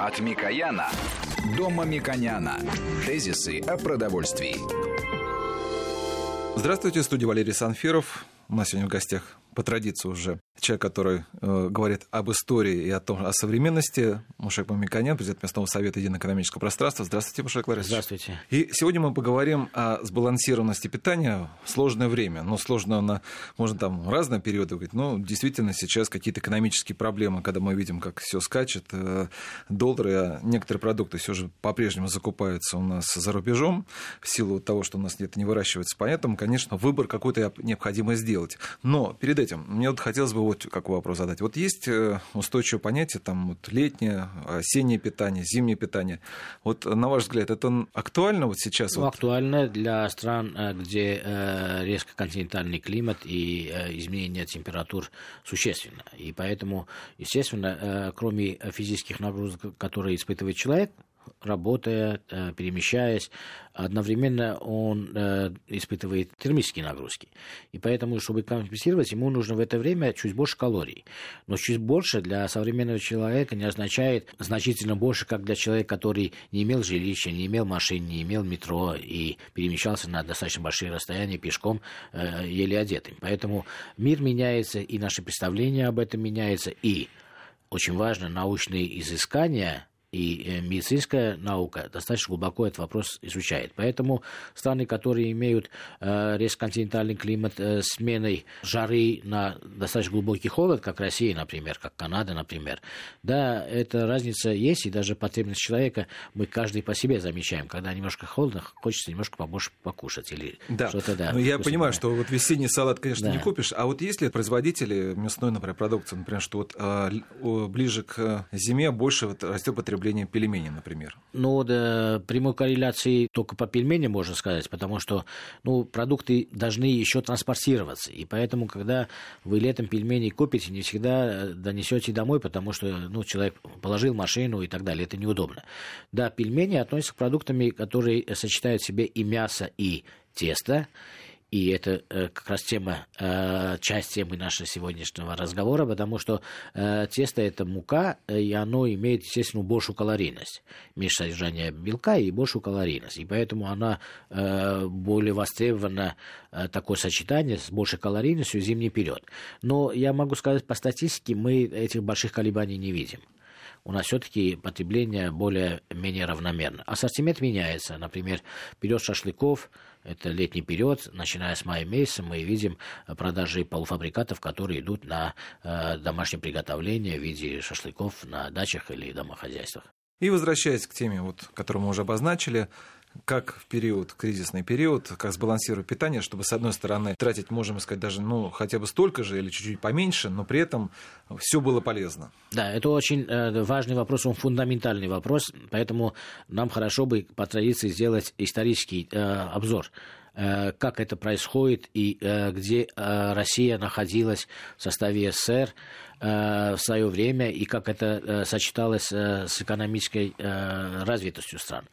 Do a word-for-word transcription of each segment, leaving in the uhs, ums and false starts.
От Микояна до Мамиконяна. Тезисы о продовольствии. Здравствуйте, в студии Валерий Санфиров. У нас сегодня в гостях, по традиции уже, человек, который э, говорит об истории и о том, о современности. Мушек Мамиконян, президент Местного совета Единого экономического пространства. Здравствуйте, Мушек Ларисович. Здравствуйте. И сегодня мы поговорим о сбалансированности питания в сложное время. Ну, сложно на, можно там разные периоды говорить, но действительно сейчас какие-то экономические проблемы, когда мы видим, как все скачет, э, доллары, а некоторые продукты все же по-прежнему закупаются у нас за рубежом в силу того, что у нас это не выращивается. Поэтому, конечно, выбор какой-то необходимо сделать. Но перед этим мне вот хотелось бы вот какой вопрос задать. Вот есть устойчивое понятие, там, вот, летнее, осеннее питание, зимнее питание. Вот, на ваш взгляд, это актуально вот сейчас? Ну, вот? Актуально для стран, где э, резко континентальный климат и э, изменение температур существенно. И поэтому, естественно, э, кроме физических нагрузок, которые испытывает человек, работая, перемещаясь, одновременно он э, испытывает термические нагрузки. И поэтому, чтобы компенсировать, ему нужно в это время чуть больше калорий. Но чуть больше для современного человека не означает значительно больше, как для человека, который не имел жилища, не имел машин, не имел метро и перемещался на достаточно большие расстояния пешком, э, еле одетым. Поэтому мир меняется, и наше представление об этом меняется, и очень важно, научные изыскания и медицинская наука достаточно глубоко этот вопрос изучает. Поэтому страны, которые имеют э, резко континентальный климат э, с сменой жары на достаточно глубокий холод, как Россия, например, как Канада, например, да, эта разница есть, и даже потребность человека мы каждый по себе замечаем. Когда немножко холодно, хочется немножко побольше покушать или да. что-то, да. Ну, я вкусное. понимаю, что вот весенний салат, конечно, да. не купишь, а вот есть ли производители мясной, например, продукции, например, что вот э, ближе к зиме больше вот растет потребление пельменей, например? Ну, да, прямой корреляции только по пельменям можно сказать, потому что ну, продукты должны еще транспортироваться. И поэтому, когда вы летом пельмени купите, не всегда донесете домой, потому что ну, человек положил машину и так далее. Это неудобно. Да, пельмени относятся к продуктам, которые сочетают в себе и мясо, и тесто. И это э, как раз тема, э, часть темы нашего сегодняшнего разговора, потому что э, тесто – это мука, и оно имеет, естественно, большую калорийность. Меньше содержания белка и большую калорийность. И поэтому она э, более востребована, э, такое сочетание с большей калорийностью в зимний период. Но я могу сказать, по статистике мы этих больших колебаний не видим. У нас все-таки потребление более-менее равномерно. Ассортимент меняется. Например, период шашлыков – это летний период. Начиная с мая месяца мы видим продажи полуфабрикатов, которые идут на э, домашнее приготовление в виде шашлыков на дачах или домохозяйствах. И возвращаясь к теме, вот, которую мы уже обозначили, как в период, кризисный период, как сбалансировать питание, чтобы, с одной стороны, тратить, можем сказать, даже ну, хотя бы столько же или чуть-чуть поменьше, но при этом все было полезно. Да, это очень э, важный вопрос, он фундаментальный вопрос, поэтому нам хорошо бы по традиции сделать исторический э, обзор, э, как это происходит и э, где э, Россия находилась в составе СССР э, в свое время и как это э, сочеталось э, с экономической э, развитостью стран.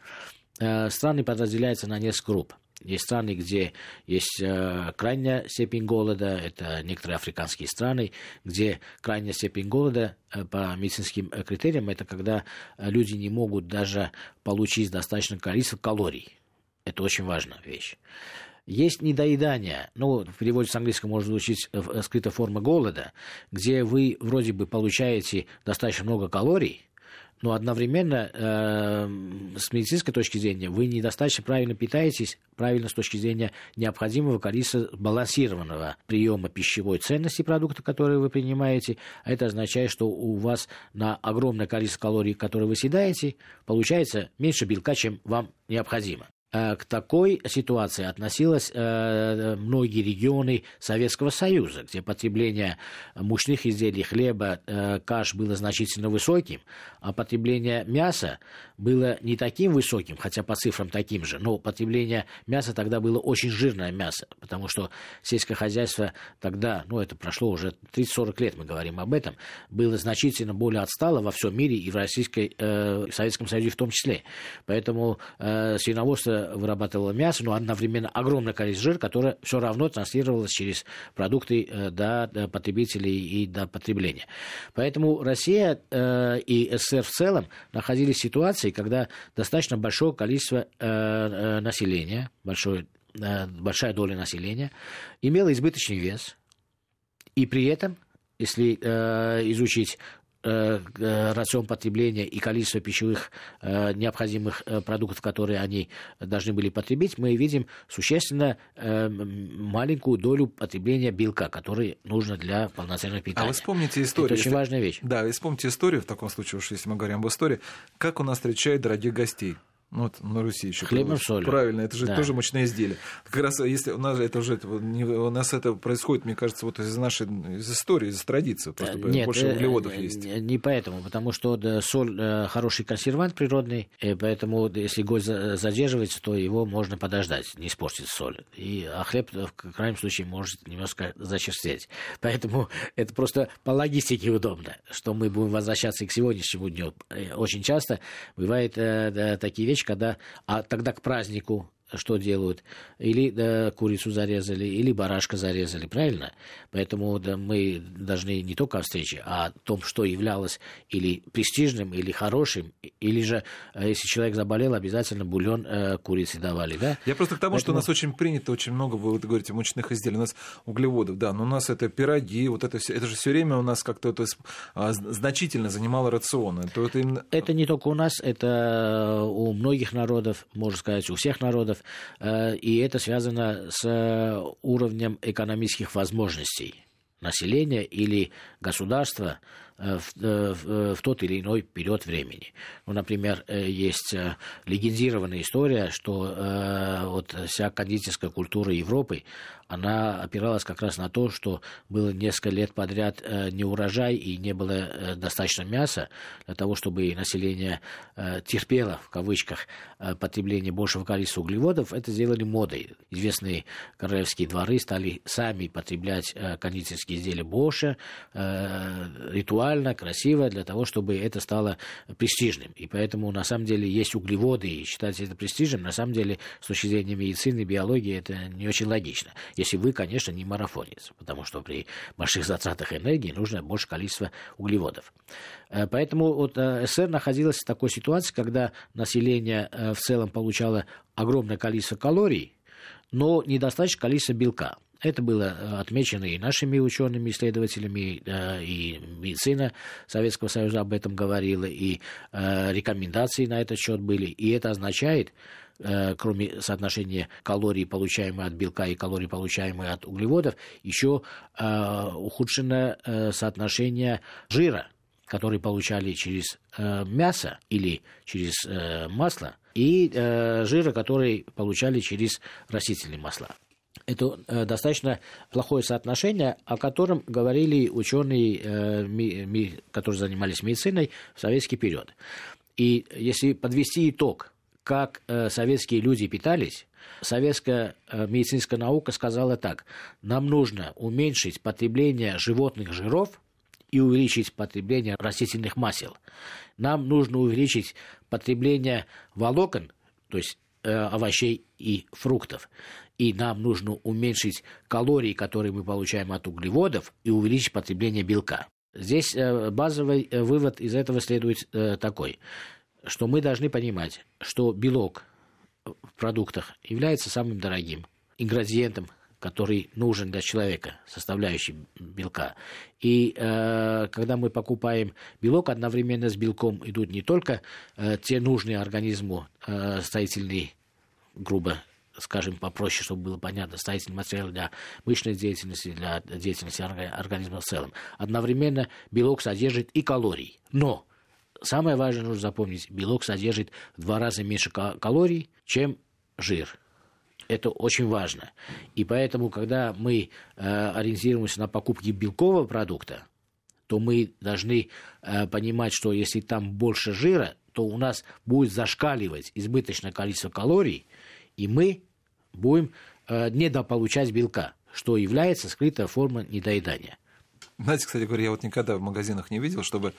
Страны подразделяются на несколько групп. Есть страны, где есть э, крайняя степень голода, это некоторые африканские страны, где крайняя степень голода э, по медицинским критериям, это когда люди не могут даже получить достаточное количество калорий. Это очень важная вещь. Есть недоедание, ну, в переводе с английского можно звучить скрытая форма голода, где вы вроде бы получаете достаточно много калорий, но одновременно э, с медицинской точки зрения вы недостаточно правильно питаетесь, правильно с точки зрения необходимого количества балансированного приема пищевой ценности продукта, которые вы принимаете. А это означает, что у вас на огромное количество калорий, которые вы съедаете, получается меньше белка, чем вам необходимо. К такой ситуации относились э, многие регионы Советского Союза, где потребление мучных изделий, хлеба, э, каш было значительно высоким, а потребление мяса было не таким высоким, хотя по цифрам таким же, но потребление мяса тогда было очень жирное мясо, потому что сельское хозяйство тогда, ну это прошло уже тридцать-сорок лет, мы говорим об этом, было значительно более отстало во всем мире и в Российской, э, в Советском Союзе в том числе. Поэтому э, свиноводство которое вырабатывало мясо, но одновременно огромное количество жира, которое все равно транслировалось через продукты до, до потребителей и до потребления. Поэтому Россия э, и СССР в целом находились в ситуации, когда достаточно большое количество э, э, населения, большое, э, большая доля населения имела избыточный вес, и при этом, если э, изучить рацион потребления и количество пищевых э, необходимых э, продуктов, которые они должны были потребить, мы видим существенно э, маленькую долю потребления белка, который нужно для полноценного питания. А вы вспомните историю. Это очень если... важная вещь. Да, вы вспомните историю, в таком случае, уж если мы говорим об истории, как у нас встречают дорогих гостей. Ну, вот на Руси еще. Хлебом, солью. Правильно, это же да. тоже мощное изделие. Как раз если у нас это уже у нас это происходит, мне кажется, вот из нашей из истории, из традиции, просто Нет, больше углеводов есть. Не поэтому, потому что да, соль хороший консервант природный, и поэтому если гость задерживается, то его можно подождать, не испортить соль. И, а хлеб в крайнем случае может немножко зачерстветь. Поэтому это просто по логистике удобно, что мы будем возвращаться к сегодняшнему дню. Очень часто бывают да, такие вещи, когда, а тогда к празднику что делают? Или да, курицу зарезали, или барашка зарезали, правильно? Поэтому да, мы должны не только о встрече, а о том, что являлось или престижным, или хорошим, или же, если человек заболел, обязательно бульон э, курицы давали, да? Я просто к тому, Поэтому... что у нас очень принято, очень много, вы говорите, мучных изделий, у нас углеводов, да, но у нас это пироги, вот это, это же все время у нас как-то это, а, значительно занимало рацион. Это, это, именно... это не только у нас, это у многих народов, можно сказать, у всех народов. И это связано с уровнем экономических возможностей населения или государства в, в, в тот или иной период времени. Ну, например, есть легендированная история, что вот вся кондитерская культура Европы, она опиралась как раз на то, что было несколько лет подряд неурожай и не было достаточно мяса для того, чтобы население терпело, в кавычках, потребление большего количества углеводов. Это сделали модой. Известные королевские дворы стали сами потреблять кондитерские изделия больше, ритуально, красиво, для того, чтобы это стало престижным. И поэтому, на самом деле, есть углеводы, и считать это престижным, на самом деле, с точки зрения медицины, биологии, это не очень логично. Если вы, конечно, не марафонец, потому что при больших затратах энергии нужно больше количества углеводов. Поэтому вот СССР находилась в такой ситуации, когда население в целом получало огромное количество калорий, но недостаточное количество белка. Это было отмечено и нашими учеными, исследователями, и медицина Советского Союза об этом говорила, и рекомендации на этот счет были. И это означает, кроме соотношения калорий, получаемых от белка, и калорий, получаемых от углеводов, еще ухудшенное соотношение жира, который получали через мясо или через масло, и жира, который получали через растительные масла. Это э, достаточно плохое соотношение, о котором говорили ученые, э, ми, ми, которые занимались медициной в советский период. И если подвести итог, как э, советские люди питались, советская э, медицинская наука сказала так: нам нужно уменьшить потребление животных жиров и увеличить потребление растительных масел. Нам нужно увеличить потребление волокон, то есть э, овощей и фруктов. И нам нужно уменьшить калории, которые мы получаем от углеводов, и увеличить потребление белка. Здесь базовый вывод из этого следует такой, что мы должны понимать, что белок в продуктах является самым дорогим ингредиентом, который нужен для человека, составляющий белка. И э, когда мы покупаем белок, одновременно с белком идут не только э, те нужные организму э, строительные, грубо скажем попроще, чтобы было понятно, строительный материал для мышечной деятельности, для деятельности организма в целом. Одновременно белок содержит и калорий. Но самое важное нужно запомнить, белок содержит в два раза меньше калорий, чем жир. Это очень важно. И поэтому, когда мы э, ориентируемся на покупки белкового продукта, то мы должны э, понимать, что если там больше жира, то у нас будет зашкаливать избыточное количество калорий, и мы будем э, недополучать белка, что является скрытая форма недоедания. Знаете, кстати говоря, я вот никогда в магазинах не видел, чтобы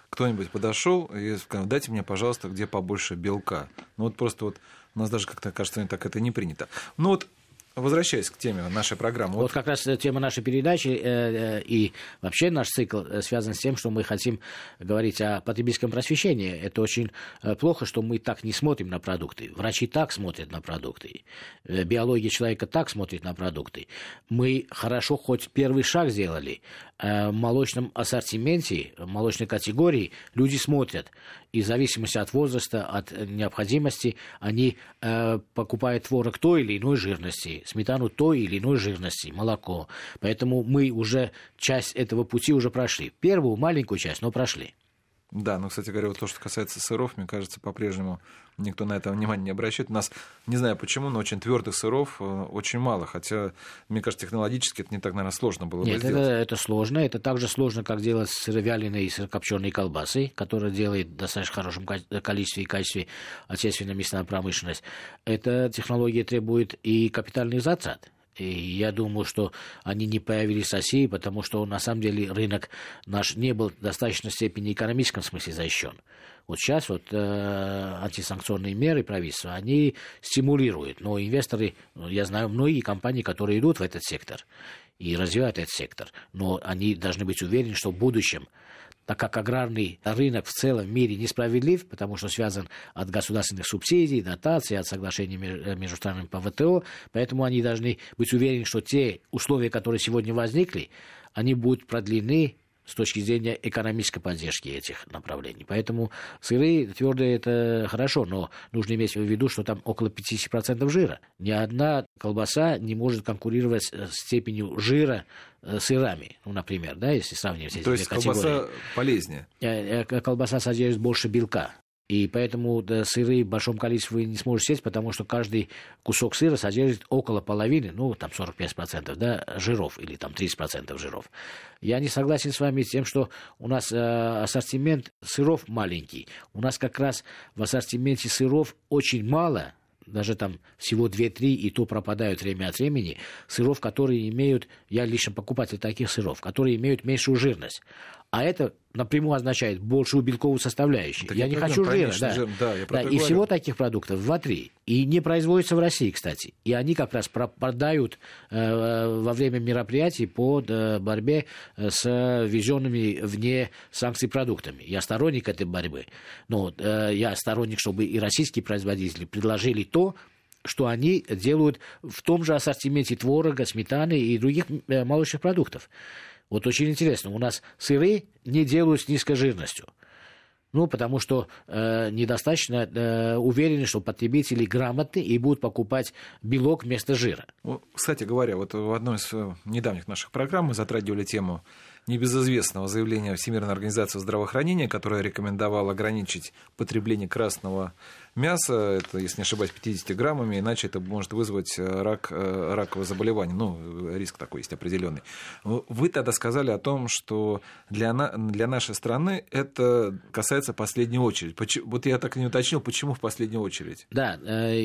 кто-нибудь подошел и сказал: дайте мне, пожалуйста, где побольше белка. Ну вот просто вот у нас даже как-то кажется, так это не принято. Ну вот, возвращаясь к теме нашей программы. Вот, вот как раз тема нашей передачи э, э, и вообще наш цикл связан с тем, что мы хотим говорить о потребительском просвещении. Это очень э, плохо, что мы так не смотрим на продукты. Врачи так смотрят на продукты. Э, биология человека так смотрит на продукты. Мы хорошо хоть первый шаг сделали. Э, в молочном ассортименте, в молочной категории люди смотрят. И в зависимости от возраста, от необходимости, они э, покупают творог той или иной жирности, сметану той или иной жирности, молоко. Поэтому мы уже часть этого пути уже прошли. Первую маленькую часть, но прошли. Да, но, кстати говоря, вот то, что касается сыров, мне кажется, по-прежнему никто на это внимание не обращает. У нас, не знаю почему, но очень твердых сыров очень мало. Хотя, мне кажется, технологически это не так, наверное, сложно было Нет, бы сделать. Нет, это, это сложно. Это так же сложно, как делать сыровяленые и сырокопченые колбасы, которые делает в достаточно хорошем количестве и качестве отечественная мясная промышленность. Эта технология требует и капитальных затрат. И я думаю, что они не появились в России, потому что, на самом деле, рынок наш не был в достаточной степени в экономическом смысле защищен. Вот сейчас вот, э, антисанкционные меры правительства, они стимулируют. Но инвесторы, я знаю многие компании, которые идут в этот сектор и развивают этот сектор. Но они должны быть уверены, что в будущем, так как аграрный рынок в целом в мире несправедлив, потому что связан от государственных субсидий, дотаций, от соглашений между странами по вэ тэ о, поэтому они должны быть уверены, что те условия, которые сегодня возникли, они будут продлены с точки зрения экономической поддержки этих направлений. Поэтому сыры твердые – это хорошо, но нужно иметь в виду, что там около пятьдесят процентов жира. Ни одна колбаса не может конкурировать с степенью жира сырами, ну, например, да, если сравнивать эти две категории. То есть колбаса полезнее? Колбаса содержит больше белка. И поэтому да, сыры в большом количестве вы не сможете съесть, потому что каждый кусок сыра содержит около половины, ну, там сорок пять процентов, да, жиров или там тридцать процентов жиров. Я не согласен с вами с тем, что у нас э, ассортимент сыров маленький. У нас как раз в ассортименте сыров очень мало, даже там всего два-три, и то пропадают время от времени, сыров, которые имеют, я лично покупатель таких сыров, которые имеют меньшую жирность. А это напрямую означает большую белковую составляющую. Так я, я не хочу жира. Да. Жир, да, я да, и говорю. Всего таких продуктов два-три. И не производятся в России, кстати. И они как раз пропадают э, во время мероприятий по э, борьбе с ввезенными вне санкций продуктами. Я сторонник этой борьбы. Но э, я сторонник, чтобы и российские производители предложили то, что они делают в том же ассортименте творога, сметаны и других э, молочных продуктов. Вот очень интересно, у нас сыры не делают с низкой жирностью. Ну, потому что э, недостаточно э, уверены, что потребители грамотны и будут покупать белок вместо жира. Ну, кстати говоря, вот в одной из недавних наших программ мы затрагивали тему небезызвестного заявления Всемирной организации здравоохранения, которая рекомендовала ограничить потребление красного мяса, это, если не ошибаюсь, пятьдесят граммами, иначе это может вызвать рак, раковое заболевание. Ну, риск такой есть определенный. Вы тогда сказали о том, что для, на, для нашей страны это касается последней очереди. Почему, вот я так и не уточнил, почему в последнюю очередь? Да,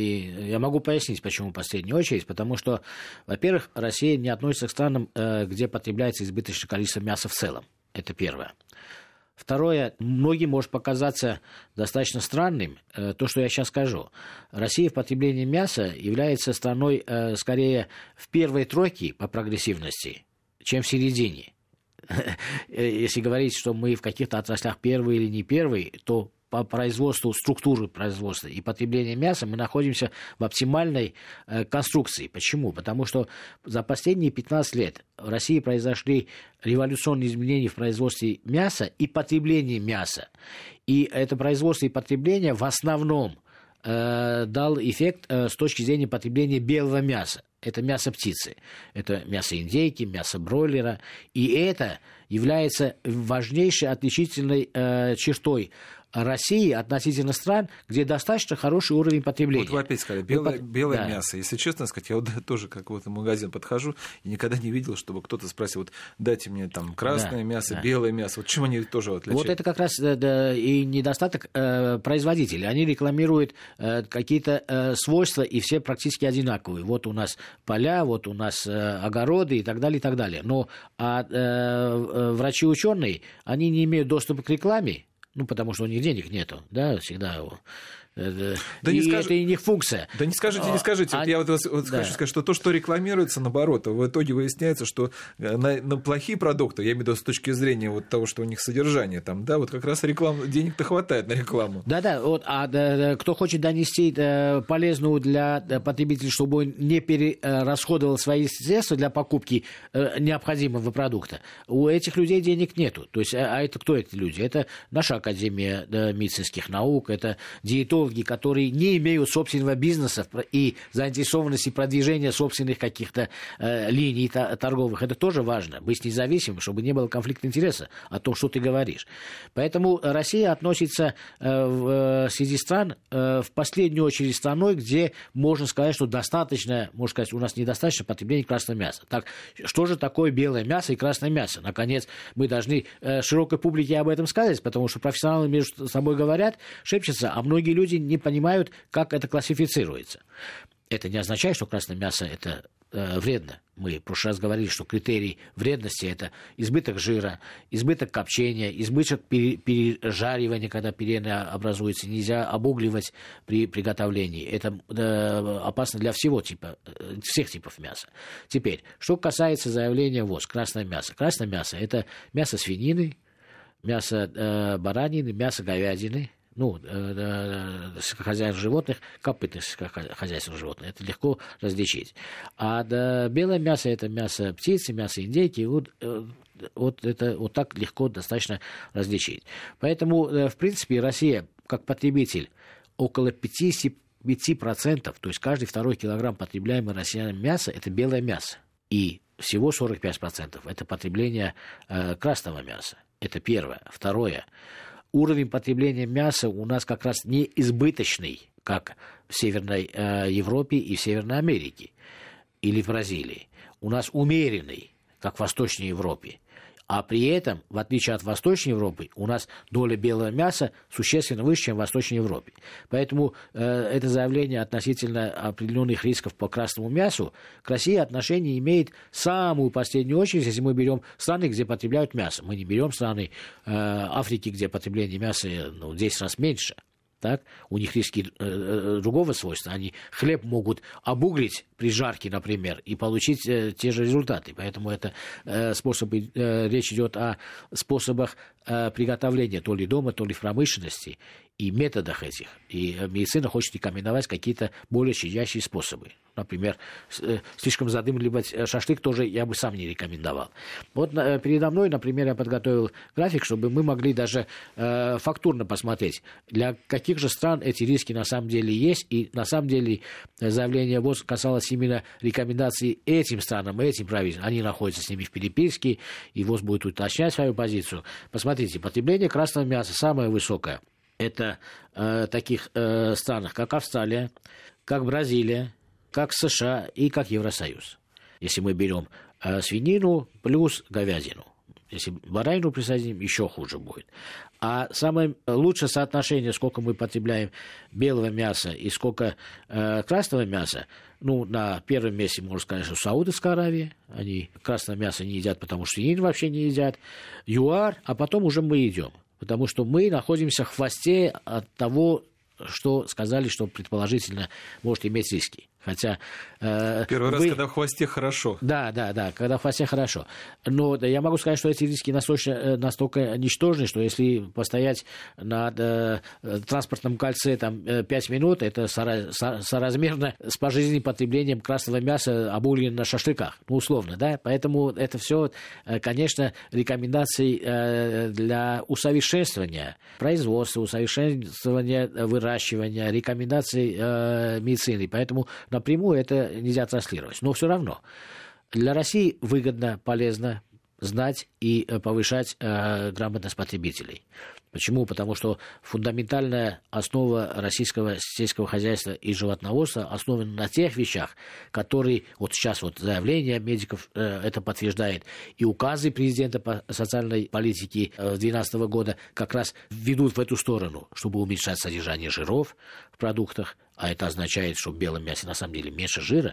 я могу пояснить, почему в последнюю очередь. Потому что, во-первых, Россия не относится к странам, где потребляется избыточное количество мяса в целом. Это первое. Второе, многим может показаться достаточно странным э, то, что я сейчас скажу. Россия в потреблении мяса является страной э, скорее в первой тройке по прогрессивности, чем в середине. Если говорить, что мы в каких-то отраслях первый или не первый, то по производству, структуры производства и потребления мяса мы находимся в оптимальной э, конструкции. Почему? Потому что за последние пятнадцать лет в России произошли революционные изменения в производстве мяса и потреблении мяса. И это производство и потребление в основном э, дал эффект э, с точки зрения потребления белого мяса. Это мясо птицы, это мясо индейки, мясо бройлера. И это является важнейшей отличительной э, чертой России относительно стран, где достаточно хороший уровень потребления. Вот вы опять сказали, белое, белое да. мясо. Если честно сказать, я вот тоже как вот в магазин подхожу и никогда не видел, чтобы кто-то спросил, вот дайте мне там красное да, мясо, да. белое мясо. Вот чем они тоже отличаются? Вот это как раз да, и недостаток э, производителей. Они рекламируют э, какие-то э, свойства, и все практически одинаковые. Вот у нас поля, вот у нас э, огороды и так далее, и так далее. Но а, э, врачи-ученые, они не имеют доступа к рекламе, Ну, потому что у них денег нету, да, всегда его. Да и не скаж... это и не функция. Да не скажите, не скажите. А... Вот я вот, вот да. хочу сказать, что то, что рекламируется, наоборот, в итоге выясняется, что на, на плохие продукты, я имею в виду с точки зрения вот того, что у них содержание там, да, вот как раз реклам... денег-то хватает на рекламу. Да-да, вот, а да, кто хочет донести да, полезную для потребителя, чтобы он не перерасходовал свои средства для покупки э, необходимого продукта, у этих людей денег нету. То есть, а это кто эти люди? Это наша Академия да, медицинских наук, это диетологи, которые не имеют собственного бизнеса и заинтересованности продвижения собственных каких-то э, линий та, торговых. Это тоже важно, быть независимым, чтобы не было конфликта интереса о том, что ты говоришь. Поэтому Россия относится э, в, среди стран э, в последнюю очередь страной, где можно сказать, что достаточно, можно сказать, у нас недостаточно потребления красного мяса. Так, что же такое белое мясо и красное мясо? Наконец, мы должны э, широкой публике об этом сказать, потому что профессионалы между собой говорят, шепчутся, а многие люди не понимают, как это классифицируется. Это не означает, что красное мясо это э, вредно. Мы в прошлый раз говорили, что критерий вредности это избыток жира, избыток копчения, избыток пережаривания, когда пирена образуется, нельзя обугливать при приготовлении. Это э, опасно для всего типа, э, всех типов мяса. Теперь, что касается заявления ВОЗ, красное мясо. Красное мясо это мясо свинины, мясо э, баранины, мясо говядины. Ну, хозяев животных, копытных хозяйственных животных, это легко различить. А да, белое мясо – это мясо птицы, мясо индейки, вот, вот это вот так легко достаточно различить. Поэтому, в принципе, Россия, как потребитель, около пятьдесят пять процентов, то есть каждый второй килограмм потребляемого россиянами мяса – это белое мясо. И всего сорок пять процентов – это потребление э, красного мяса. Это первое. Второе. Уровень потребления мяса у нас как раз не избыточный, как в Северной э, Европе и в Северной Америке или в Бразилии. У нас умеренный, как в Восточной Европе. А при этом, в отличие от Восточной Европы, у нас доля белого мяса существенно выше, чем в Восточной Европе. Поэтому э, это заявление относительно определенных рисков по красному мясу к России отношение имеет в самую последнюю очередь, если мы берем страны, где потребляют мясо. Мы не берем страны э, Африки, где потребление мяса ну, в десять раз меньше. Так? У них риски э, другого свойства. Они хлеб могут обуглить при жарке, например, и получить э, те же результаты. Поэтому это э, способы, э, речь идет о способах э, приготовления то ли дома, то ли в промышленности и методах этих. И медицина хочет рекомендовать какие-то более щадящие способы. Например, слишком задымливать шашлык тоже я бы сам не рекомендовал. Вот передо мной, например, я подготовил график, чтобы мы могли даже э, фактурно посмотреть, для каких же стран эти риски на самом деле есть. И на самом деле заявление ВОЗ касалось именно рекомендаций этим странам, этим правительствам. Они находятся с ними в переписке, и ВОЗ будет уточнять свою позицию. Посмотрите, потребление красного мяса самое высокое. Это э, таких э, странах, как Австралия, как Бразилия, как США и как Евросоюз. Если мы берем э, свинину плюс говядину. Если баранину присоединим, еще хуже будет. А самое лучшее соотношение, сколько мы потребляем белого мяса и сколько э, красного мяса, ну, на первом месте, можно сказать, что Саудовская Аравия. Они красное мясо не едят, потому что свинину вообще не едят. ЮАР, а потом уже мы идем. Потому что мы находимся в хвосте от того, что сказали, что предположительно может иметь риски. Хотя, э, Первый вы... раз, когда в хвосте хорошо. Да, да, да, когда в хвосте хорошо. Но да, я могу сказать, что эти риски настолько, настолько ничтожны, что если постоять на э, транспортном кольце там, пять минут, это сора- со- соразмерно с пожизненным потреблением красного мяса обугленного на шашлыках. Ну, условно, да. Поэтому это все, конечно, рекомендации э, для усовершенствования производства, усовершенствования выращивания, рекомендаций э, медицины. Поэтому напрямую это нельзя транслировать. Но все равно для России выгодно, полезно знать и повышать э, грамотность потребителей. Почему? Потому что фундаментальная основа российского сельского хозяйства и животноводства основана на тех вещах, которые, вот сейчас вот заявление медиков э, это подтверждает, и указы президента по социальной политике э, две тысячи двенадцатого года как раз ведут в эту сторону, чтобы уменьшать содержание жиров в продуктах, а это означает, что в белом мясе на самом деле меньше жира.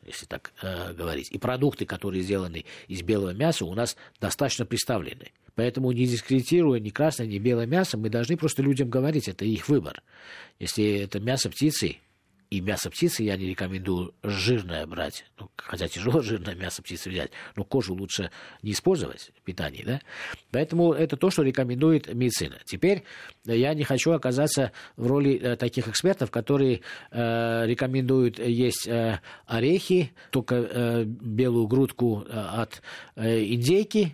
если так э, говорить. И продукты, которые сделаны из белого мяса, у нас достаточно представлены. Поэтому, не дискредитируя ни красное, ни белое мясо, мы должны просто людям говорить, это их выбор. Если это мясо птицы, и мясо птицы я не рекомендую жирное брать, ну, хотя тяжело жирное мясо птицы взять, но кожу лучше не использовать в питании, да? Поэтому это то, что рекомендует медицина. Теперь я не хочу оказаться в роли э, таких экспертов, которые э, рекомендуют есть э, орехи, только э, белую грудку э, от э, индейки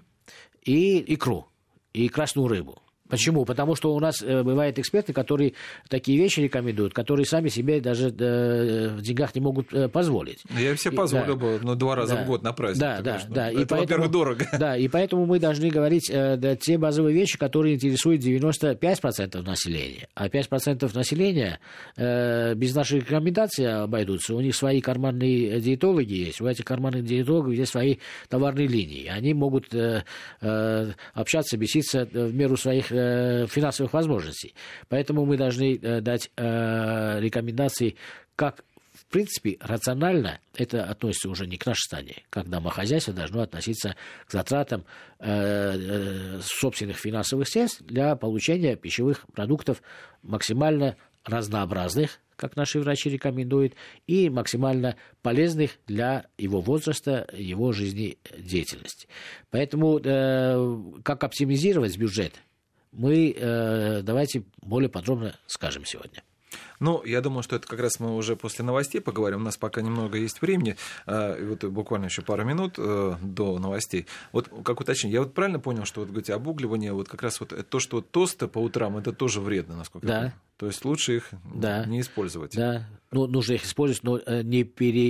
и икру, и красную рыбу. Почему? Потому что у нас э, бывают эксперты, которые такие вещи рекомендуют, которые сами себе даже э, в деньгах не могут э, позволить. Я себе позволил и, бы, да, ну, два раза да, в год на праздник. Да, да, да. Это, и поэтому, во-первых, дорого. Да, и поэтому мы должны говорить э, да, те базовые вещи, которые интересуют девяносто пять процентов населения. А пять процентов населения э, без нашей рекомендации обойдутся. У них свои карманные диетологи есть, у этих карманных диетологов есть свои товарные линии. Они могут э, э, общаться, беситься в меру своих финансовых возможностей. Поэтому мы должны э, дать э, рекомендации, как, в принципе, рационально, это относится уже не к нашей стране, как домохозяйство должно относиться к затратам э, э, собственных финансовых средств для получения пищевых продуктов максимально разнообразных, как наши врачи рекомендуют, и максимально полезных для его возраста, его жизнедеятельности. Поэтому э, как оптимизировать бюджет, мы э, давайте более подробно скажем сегодня. Ну, я думаю, что это как раз мы уже после новостей поговорим. У нас пока немного есть времени. И вот буквально еще пару минут до новостей. Вот как уточнить, я вот правильно понял, что вот говорите, обугливание, вот как раз вот то, что вот тосты по утрам, это тоже вредно, насколько да. я понимаю. То есть лучше их да. не использовать. Да, ну, нужно их использовать, но не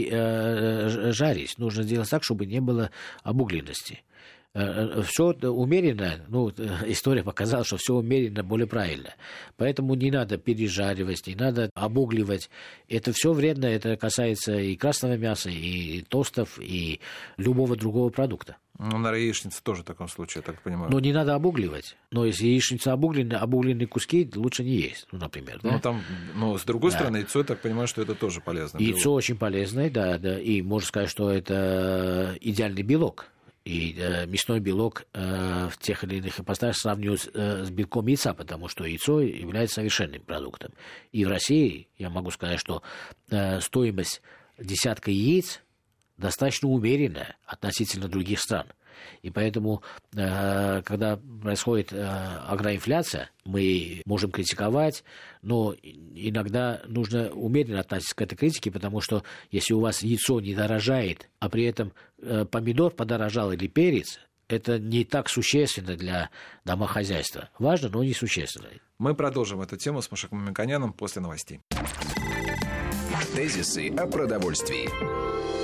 пережарить. Нужно делать так, чтобы не было обугленности. Все умеренно, ну, история показала, что все умеренно более правильно. Поэтому не надо пережаривать, не надо обугливать. Это все вредно, это касается и красного мяса, и тостов, и любого другого продукта. Ну, на яичнице тоже в таком случае, я так понимаю. Но не надо обугливать. Но если яичница обугленная, обугленные куски лучше не есть, ну, например. Ну, да? там, но с другой да. стороны, яйцо, я так понимаю, что это тоже полезно. Яйцо белок. очень полезное, да, да. И можно сказать, что это идеальный белок. И э, мясной белок э, в тех или иных ипостасях сравнивают э, с белком яйца, потому что яйцо является совершенным продуктом. И в России я могу сказать, что э, стоимость десятка яиц достаточно умеренная относительно других стран. И поэтому, э, когда происходит э, агроинфляция, мы можем критиковать, но иногда нужно умеренно относиться к этой критике, потому что если у вас яйцо не дорожает, а при этом э, помидор подорожал или перец, это не так существенно для домохозяйства. Важно, но не существенно. Мы продолжим эту тему с Мушаком Миконяном после новостей. Тезисы о продовольствии.